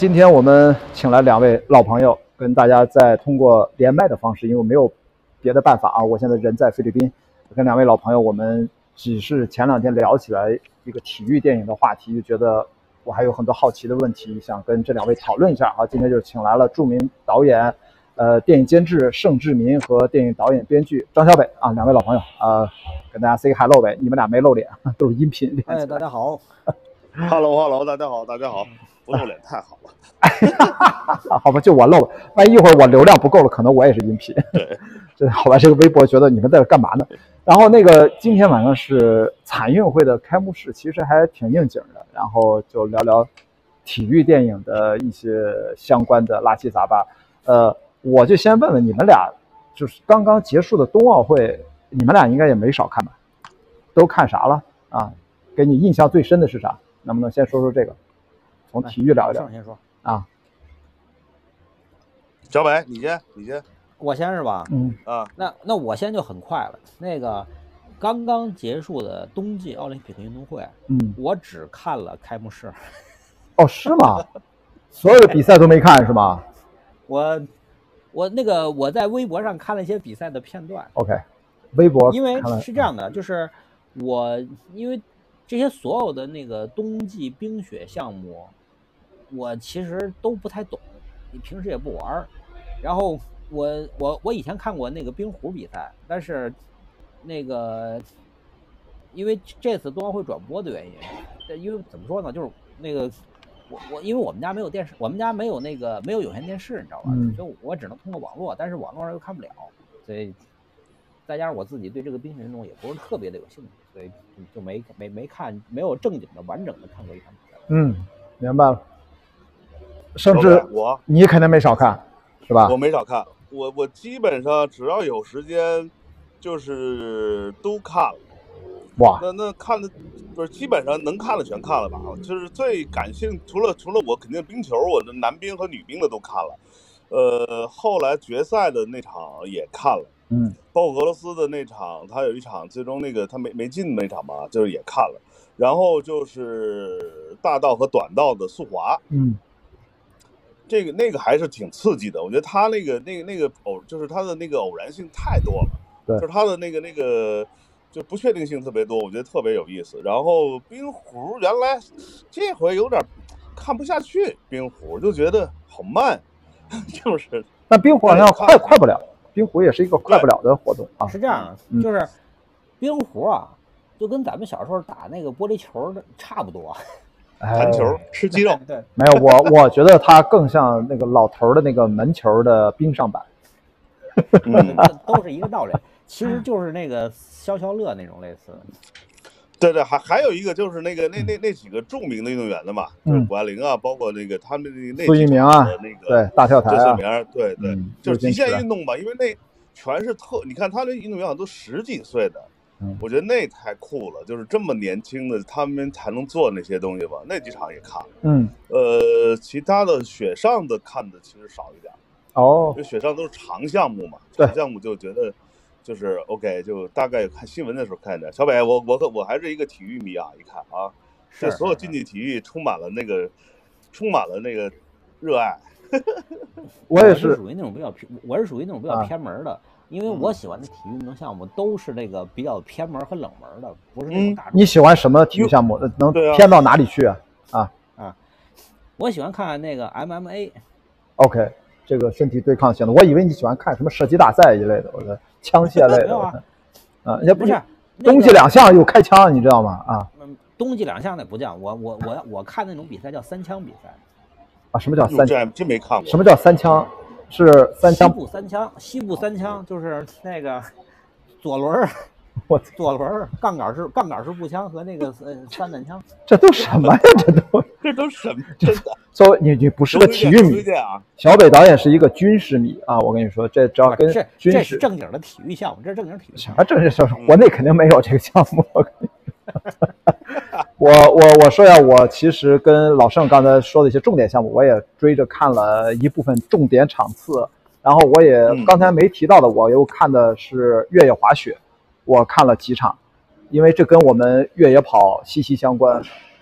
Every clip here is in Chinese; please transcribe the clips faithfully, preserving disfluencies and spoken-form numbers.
今天我们请来两位老朋友，跟大家再通过连麦的方式，因为我没有别的办法啊，我现在人在菲律宾，跟两位老朋友，我们只是前两天聊起来一个体育电影的话题，就觉得我还有很多好奇的问题想跟这两位讨论一下啊。今天就请来了著名导演、呃电影监制盛志民和电影导演编剧张小北啊，两位老朋友啊、呃，跟大家 say hello 呗，你们俩没露脸，都是音频。 哎，大家好 ，hello hello， 大家好，大家好。不露脸太好了，好吧，就我露了。万一一会儿我流量不够了，可能我也是音频。 对， 这好吧，这个微博觉得你们在这干嘛呢？然后那个今天晚上是残运会的开幕式，其实还挺应景的。然后就聊聊体育电影的一些相关的拉七杂八。呃，我就先问问你们俩，就是刚刚结束的冬奥会，你们俩应该也没少看吧？都看啥了啊？给你印象最深的是啥？能不能先说说这个？从体育聊一聊。 先说啊， 小北，你先，你先， 我先是吧？ 嗯啊， 那那我先就很快了。那个刚刚结束的冬季奥林匹克运动会， 嗯， 我只看了开幕式。 哦，是吗？所有的比赛都没看是吗？ 我我那个我在微博上看了一些比赛的片段。 OK， 微博因为是这样的，就是我因为这些所有的那个冬季冰雪项目。我其实都不太懂，你平时也不玩。然后我我我以前看过那个冰壶比赛，但是那个因为这次冬奥会转播的原因，因为怎么说呢，就是那个我我因为我们家没有电视，我们家没有那个没有有线电视，你知道吧？ 嗯、 所以我只能通过网络，但是网络上又看不了，所以再加上我自己对这个冰雪运动也不是特别的有兴趣，所以就没没没看，没有正经的完整的看过一场比赛。 嗯，明白了。甚至我你肯定没少看，是吧？ 我没少看，我我基本上只要有时间，就是都看了。 哇， 那那看的不是基本上能看的全看了吧？就是最感兴趣，除了除了我肯定冰球，我的男冰和女冰的都看了。呃，后来决赛的那场也看了， 嗯， 包括俄罗斯的那场，他有一场最终那个他没没进的那场嘛，就是也看了。然后就是大道和短道的速滑， 嗯。 这个那个还是挺刺激的，我觉得他那个那个那个偶就是他的那个偶然性太多了， 对， 就是他的那个那个就不确定性特别多，我觉得特别有意思。然后冰壶原来这回有点看不下去，冰壶就觉得好慢，就是。 但冰壶好像快快不了，冰壶也是一个快不了的活动啊。 是这样， 嗯、 就是冰壶啊，就跟咱们小时候打那个玻璃球的差不多。 弹球吃鸡肉， 对， 没有我，我觉得它更像那个老头的那个门球的冰上版， 嗯，都是一个道理，其实就是那个消消乐那种类似。 对对，还还有一个就是那个那那那几个著名的运动员的嘛，就是谷爱凌啊，包括那个他们那苏翊鸣啊， 那个对大跳台啊， 对对， 嗯、 就是极限运动吧，因为那全是特，你看他那运动员好像都十几岁的。我觉得那太酷了，就是这么年轻的他们才能做那些东西吧。那几场也看了， 嗯， 呃，其他的雪上的看的其实少一点， 哦， 因为雪上都是长项目嘛， 对， 长项目就觉得就是 OK， 就大概看新闻的时候看点。小北，我我我还是一个体育迷啊，一看啊，这所有竞技体育充满了那个充满了那个热爱。 我也是属于那种比较偏，我是属于那种比较偏门的。啊，因为我喜欢的体育运动项目都是那个比较偏门和冷门的，不是那种大众。 你喜欢什么体育项目？能偏到哪里去啊？啊啊，我喜欢看那个 M M A。 OK， 这个身体对抗性的，我以为你喜欢看什么射击大赛一类的，我的枪械类的。 没有啊， 啊，也不是冬季两项有开枪，你知道吗？啊， 嗯，冬季两项那不叫我我我我看那种比赛叫三枪比赛。 啊，什么叫三枪？ 真没看过。 什么叫三枪？是三枪， 西部三枪，西部三枪就是那个左轮， 我左轮杠杆是杠杆式步枪和那个呃散弹枪， 这都什么呀？这都这都什么？真的， 作为你你不是个体育迷啊？ 小北导演是一个军事迷啊！我跟你说，这只要跟军事， 这是正经的体育项目，这是正经体育项目。 啊，正经项目，国内肯定没有这个项目。我我我说呀，我其实跟老盛刚才说的一些重点项目，我也追着看了一部分重点场次，然后我也刚才没提到的，我又看的是越野滑雪，我看了几场，因为这跟我们越野跑息息相关。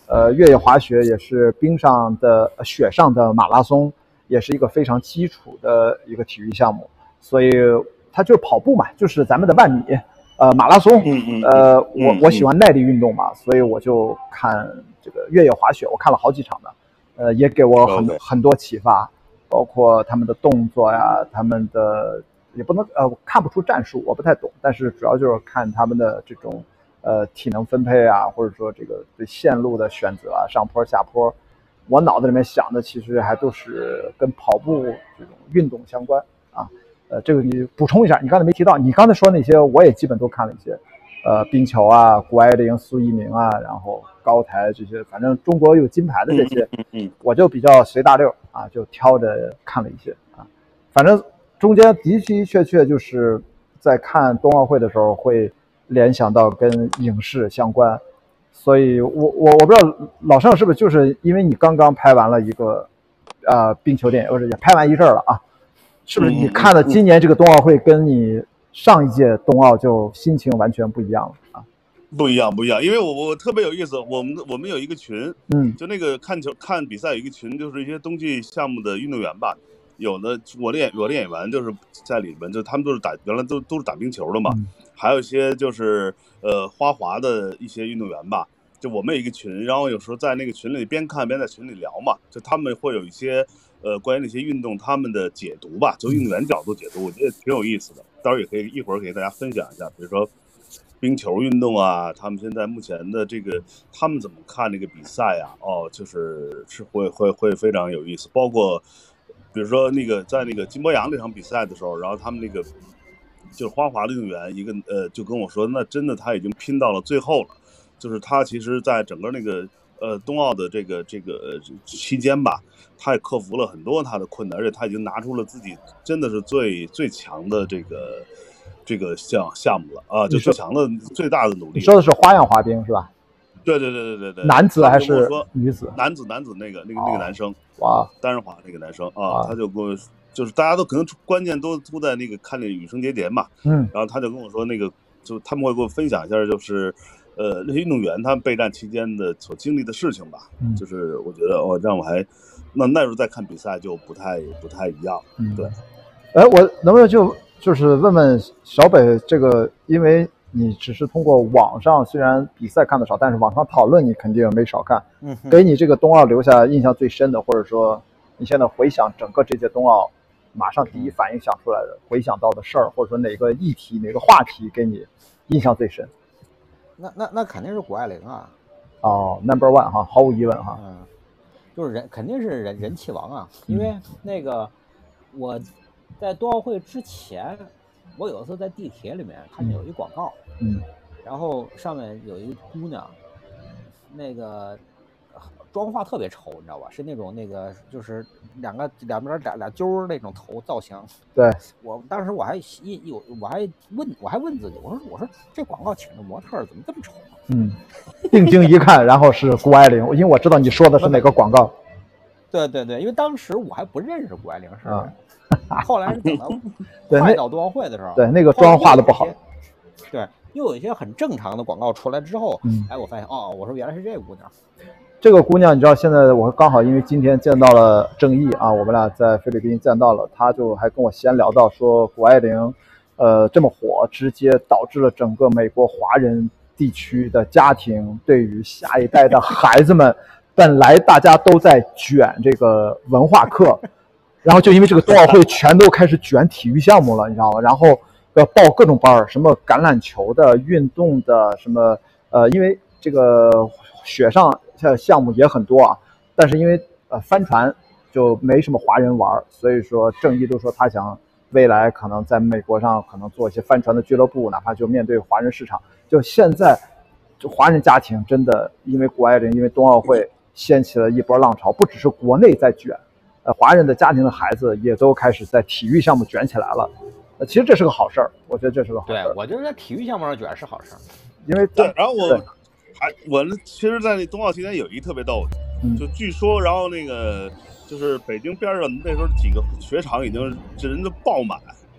呃，越野滑雪也是冰上的、雪上的马拉松，也是一个非常基础的一个体育项目，所以它就是跑步嘛，就是咱们的万米。呃，马拉松， 嗯嗯， 呃， 嗯我我喜欢耐力运动嘛，所以我就看这个越野滑雪，我看了好几场的，呃，也给我很 Okay. 很多启发，包括他们的动作呀，他们的也不能呃看不出战术，我不太懂，但是主要就是看他们的这种呃体能分配啊，或者说这个对线路的选择啊，上坡下坡，我脑子里面想的其实还都是跟跑步这种运动相关啊。呃，这个你补充一下，你刚才没提到，你刚才说那些我也基本都看了一些，呃，冰球啊，谷爱凌、苏翊鸣啊，然后高台这些，反正中国有金牌的这些， 嗯嗯， 我就比较随大溜啊，就挑着看了一些啊，反正中间的的确确就是在看冬奥会的时候会联想到跟影视相关，所以我我我不知道老盛是不是就是因为你刚刚拍完了一个呃冰球电影，或者也拍完一阵了啊。是不是你看了今年这个冬奥会，跟你上一届冬奥就心情完全不一样了啊？ 不一样，不一样，因为我我特别有意思，我们我们有一个群， 嗯， 就那个看球看比赛有一个群，就是一些冬季项目的运动员吧，有的我的演我的演员就是在里面，就他们都是打原来都都是打冰球的嘛， 嗯、 还有一些就是呃花滑的一些运动员吧。就我们有一个群，然后有时候在那个群里边看边在群里聊嘛，就他们会有一些呃关于那些运动他们的解读吧，就运动员角度解读，我觉得挺有意思的。到时候也可以一会儿给大家分享一下，比如说冰球运动啊，他们现在目前的这个他们怎么看这个比赛啊？哦，就是是会会会非常有意思。包括比如说那个在那个金博洋这场比赛的时候，然后他们那个就是花滑的运动员一个呃就跟我说，那真的他已经拼到了最后了。就是他其实在整个那个呃冬奥的这个这个期间吧，他也克服了很多他的困难，而且他已经拿出了自己真的是最最强的这个这个项项目了啊，就最强的最大的努力。 你说的是花样滑冰是吧？ 对对对对对对。 男子还是女子？ 男子男子那个那个那个男生， 哇， 单人滑那个男生啊，他就跟我就是大家都可能关键都都在那个看那个羽生结弦嘛， 嗯， 然后他就跟我说那个就他们会给我分享一下就是。呃，那些运动员他们备战期间的所经历的事情吧， 嗯、 就是我觉得哦，让我还那那时候再看比赛就不太不太一样， 嗯， 对。 哎，我能不能就就是问问小北这个，因为你只是通过网上虽然比赛看的少，但是网上讨论你肯定没少看， 嗯， 给你这个冬奥留下印象最深的，或者说你现在回想整个这届冬奥，马上第一反应想出来的，回想到的事儿，或者说哪个议题、哪个话题给你印象最深？ 那那那肯定是谷爱凌啊， 哦 ，Number One 哈，毫无疑问哈， 嗯，就是人肯定是人人气王啊，因为那个我在冬奥会之前，我有一次在地铁里面看见有一广告， 嗯， 然后上面有一个姑娘，那个妆化特别丑，你知道吧？是那种那个就是两个两边俩俩揪那种头造型。 对， 我当时我还一有我还问我还问自己，我说我说这广告请的模特怎么这么丑？ 嗯，定睛一看，然后是谷爱凌，因为我知道你说的是哪个广告。 对对对，因为当时我还不认识谷爱凌是谁， 啊、 后来是等到快到冬奥会的时候， 对那个妆化的不好。 对，又有一些很正常的广告出来之后， 嗯、 哎，我发现哦，我说原来是这个姑娘。 这个姑娘，你知道，现在我刚好因为今天见到了郑毅啊，我们俩在菲律宾见到了，他就还跟我闲聊到说，谷爱凌，呃，这么火，直接导致了整个美国华人地区的家庭对于下一代的孩子们，本来大家都在卷这个文化课，然后就因为这个冬奥会，全都开始卷体育项目了，你知道吗？然后要报各种班，什么橄榄球的、运动的，什么呃，因为这个雪上项目也很多啊，但是因为呃帆船就没什么华人玩，所以说郑毅都说他想未来可能在美国上可能做一些帆船的俱乐部，哪怕就面对华人市场。就现在就华人家庭真的因为谷爱凌，因为冬奥会掀起了一波浪潮，不只是国内在卷，呃华人的家庭的孩子也都开始在体育项目卷起来了。呃其实这是个好事儿，我觉得这是个好事儿。 对，我觉得在体育项目上卷是好事儿， 因为对，然后我。还我其实，在那冬奥期间有一特别逗的， 嗯、 就据说，然后那个就是北京边上那时候几个雪场已经这人都爆满，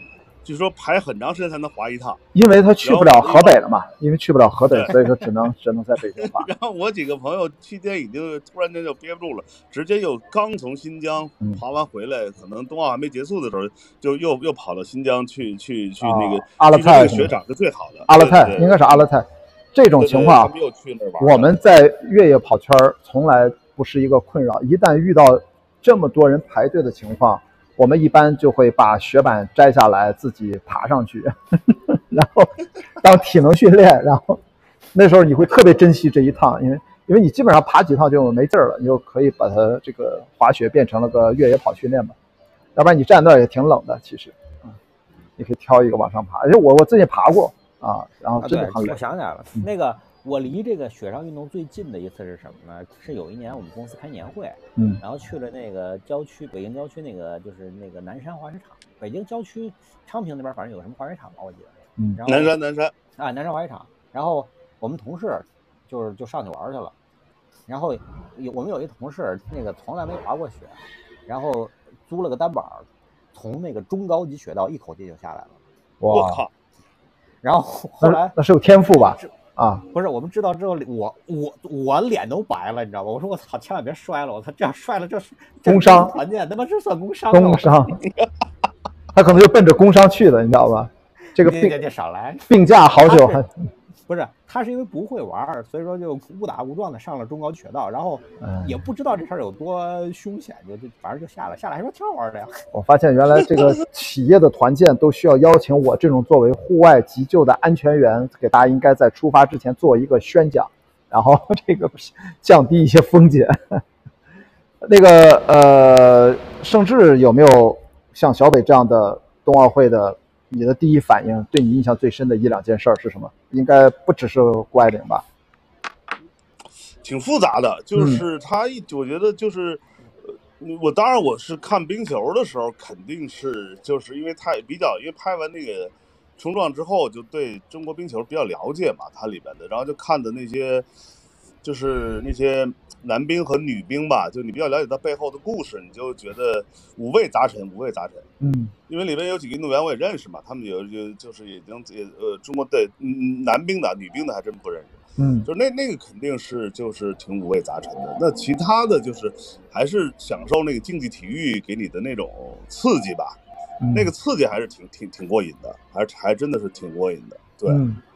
据说排很长时间才能滑一趟， 因为他去不了河北了嘛，因为去不了河北，所以说只能只能在北京滑。 然后我几个朋友期间已经突然间就憋不住了，直接又刚从新疆滑完回来，嗯、可能冬奥还没结束的时候，就又又跑到新疆去去去那个、 哦、阿勒泰雪场是最好的。 阿勒泰应该是阿勒泰，这种情况对对对去那我们在越野跑圈从来不是一个困扰，一旦遇到这么多人排队的情况。我们一般就会把雪板摘下来，自己爬上去，然后当体能训练。然后那时候你会特别珍惜这一趟，因为因为你基本上爬几趟就没劲儿了，你就可以把它这个滑雪变成了个越野跑训练嘛。要不然你站那儿也挺冷的，其实，嗯，你可以挑一个往上爬。而且我我最近爬过啊，然后真的很冷。 我想起来了，嗯、那个。我离这个雪上运动最近的一次是什么呢？是有一年我们公司开年会， 嗯， 然后去了那个郊区，北京郊区那个就是那个南山滑雪场。北京郊区昌平那边反正有什么滑雪场吧，我记得。 嗯， 然后南山南山啊，南山滑雪场。然后我们同事就是就上去玩去了。然后有我们有一同事那个从来没滑过雪，然后租了个单板，从那个中高级雪道一口气就下来了。 我靠！ 然后后来那, 那是有天赋吧？啊， 不是，我们知道之后，我我我脸都白了，你知道吧？我说我操，千万别摔了！我操，这样摔了这是工伤， 团建他妈是算工伤。 工伤，他可能就奔着工伤去的，你知道吧？这个病这少来， 病假好久还不是，他是因为不会玩，所以说就误打误撞的上了中高雪道，然后也不知道这事儿有多凶险，就就反正就下来，下来还说挺好玩的呀。 我发现原来这个企业的团建都需要邀请我这种作为户外急救的安全员，给大家应该在出发之前做一个宣讲，然后这个降低一些风险。那个呃，盛智有没有像小北这样的冬奥会的？你的第一反应，对你印象最深的一两件事儿是什么？应该不只是谷爱凌吧？ 挺复杂的，就是他一，我觉得就是，我当然我是看冰球的时候，肯定是就是因为他也比较，因为拍完那个冲撞之后，就对中国冰球比较了解嘛，它里面的，然后就看的那些，就是那些男兵和女兵吧，就你比较了解他背后的故事，你就觉得五味杂陈，五味杂陈。 嗯， 因为里面有几个运动员我也认识嘛，他们有就就是已经呃中国队嗯男兵的、女兵的还真不认识。 嗯， 就那那个肯定是就是挺五味杂陈的。那其他的就是还是享受那个竞技体育给你的那种刺激吧， 嗯、 那个刺激还是挺挺挺过瘾的，还还真的是挺过瘾的。对。 嗯